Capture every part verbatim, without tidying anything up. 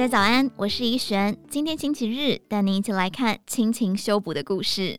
家早安，我是怡璇。今天星期日，带您一起来看亲情修补的故事。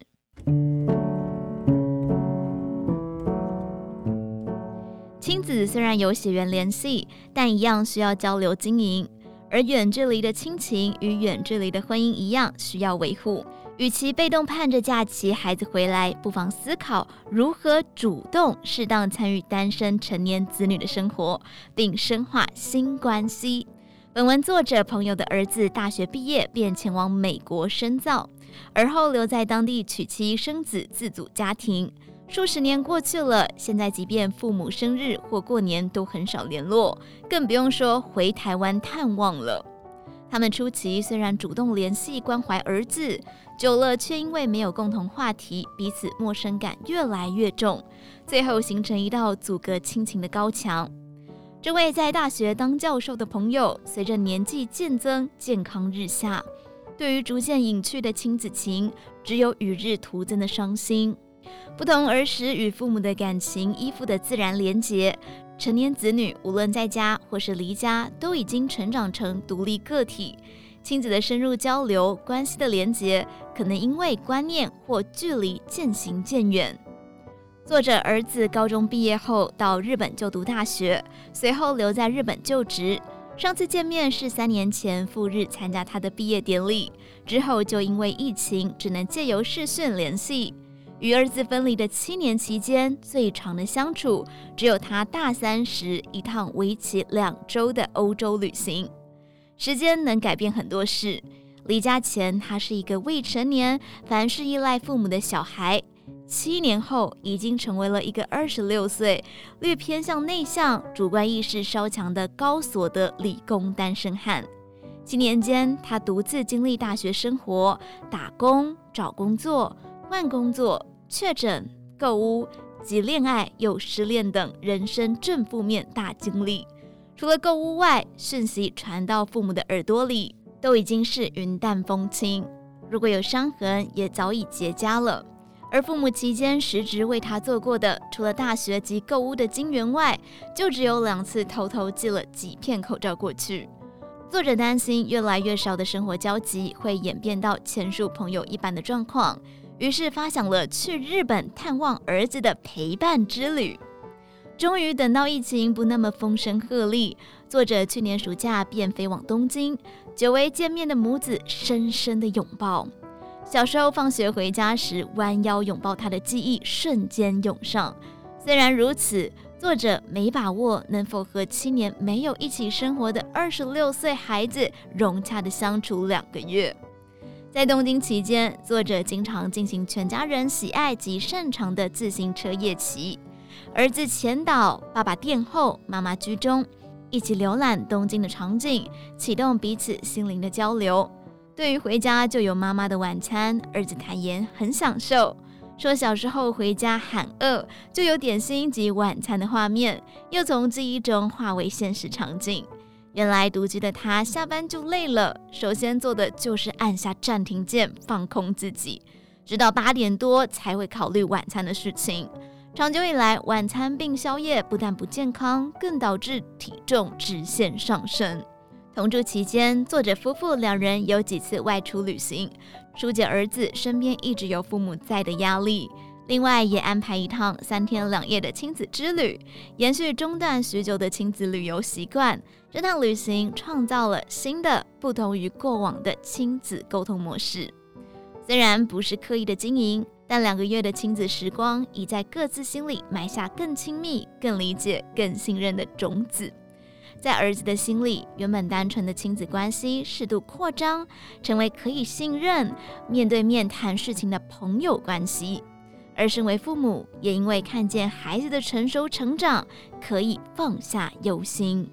亲子虽然有血缘联系，但一样需要交流经营。而远距离的亲情与远距离的婚姻一样，需要维护。与其被动盼着假期孩子回来，不妨思考如何主动适当参与单身成年子女的生活，并深化新关系。本文作者朋友的儿子大学毕业便前往美国深造，而后留在当地娶妻生子，自组家庭。数十年过去了，现在即便父母生日或过年都很少联络，更不用说回台湾探望了。他们初期虽然主动联系关怀儿子，久了却因为没有共同话题，彼此陌生感越来越重，最后形成一道阻隔亲情的高墙。这位在大学当教授的朋友，随着年纪渐增，健康日下，对于逐渐隐去的亲子情，只有与日徒增的伤心。不同儿时与父母的感情依附的自然连结，成年子女无论在家或是离家，都已经成长成独立个体。亲子的深入交流，关系的连结，可能因为观念或距离渐行渐远。作者儿子高中毕业后到日本就读大学，随后留在日本就职。上次见面是三年前赴日参加他的毕业典礼，之后就因为疫情，只能借由视讯联系。与儿子分离的七年期间，最长的相处只有他大三时一趟为期两周的欧洲旅行。时间能改变很多事。离家前，他是一个未成年、凡事依赖父母的小孩；七年后，已经成为了一个二十六岁、略偏向内向、主观意识稍强的高所得理工单身汉。七年间，他独自经历大学生活、打工、找工作、换工作、确诊、购物及恋爱又失恋等人生正负面大经历。除了购物外，讯息传到父母的耳朵里，都已经是云淡风轻。如果有伤痕，也早已结痂了。而父母期间实质为他做过的，除了大学及购物的金援外，就只有两次偷偷寄了几片口罩过去。作者担心越来越少的生活交集会演变到前述朋友一般的状况，于是发想了去日本探望儿子的陪伴之旅。终于等到疫情不那么风声鹤唳，作者去年暑假便飞往东京，久违见面的母子深深的拥抱。小时候放学回家时弯腰拥抱他的记忆瞬间涌上。虽然如此，作者没把握能否和七年没有一起生活的二十六岁孩子融洽的相处两个月。在东京期间，作者经常进行全家人喜爱及擅长的自行车夜骑。儿子前导，爸爸殿后，妈妈居中，一起浏览东京的场景，启动彼此心灵的交流。对于回家就有妈妈的晚餐，儿子坦言很享受，说小时候回家喊饿，就有点心及晚餐的画面，又从记忆中化为现实场景。原来独居的他下班就累了，首先做的就是按下暂停键放空自己，直到八点多才会考虑晚餐的事情。长久以来，晚餐并宵夜不但不健康，更导致体重直线上升。同住期间，作者夫妇两人有几次外出旅行，疏解儿子身边一直有父母在的压力。另外也安排一趟三天两夜的亲子之旅，延续中断许久的亲子旅游习惯。这趟旅行创造了新的不同于过往的亲子沟通模式。虽然不是刻意的经营，但两个月的亲子时光已在各自心里埋下更亲密、更理解、更信任的种子。在儿子的心里，原本单纯的亲子关系适度扩张，成为可以信任、面对面谈事情的朋友关系。而身为父母，也因为看见孩子的成熟成长，可以放下忧心。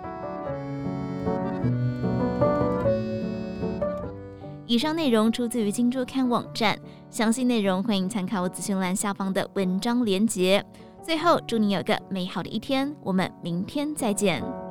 以上内容出自于今周刊网站，详细内容欢迎参考资讯栏下方的文章连结。最后，祝你有个美好的一天，我们明天再见。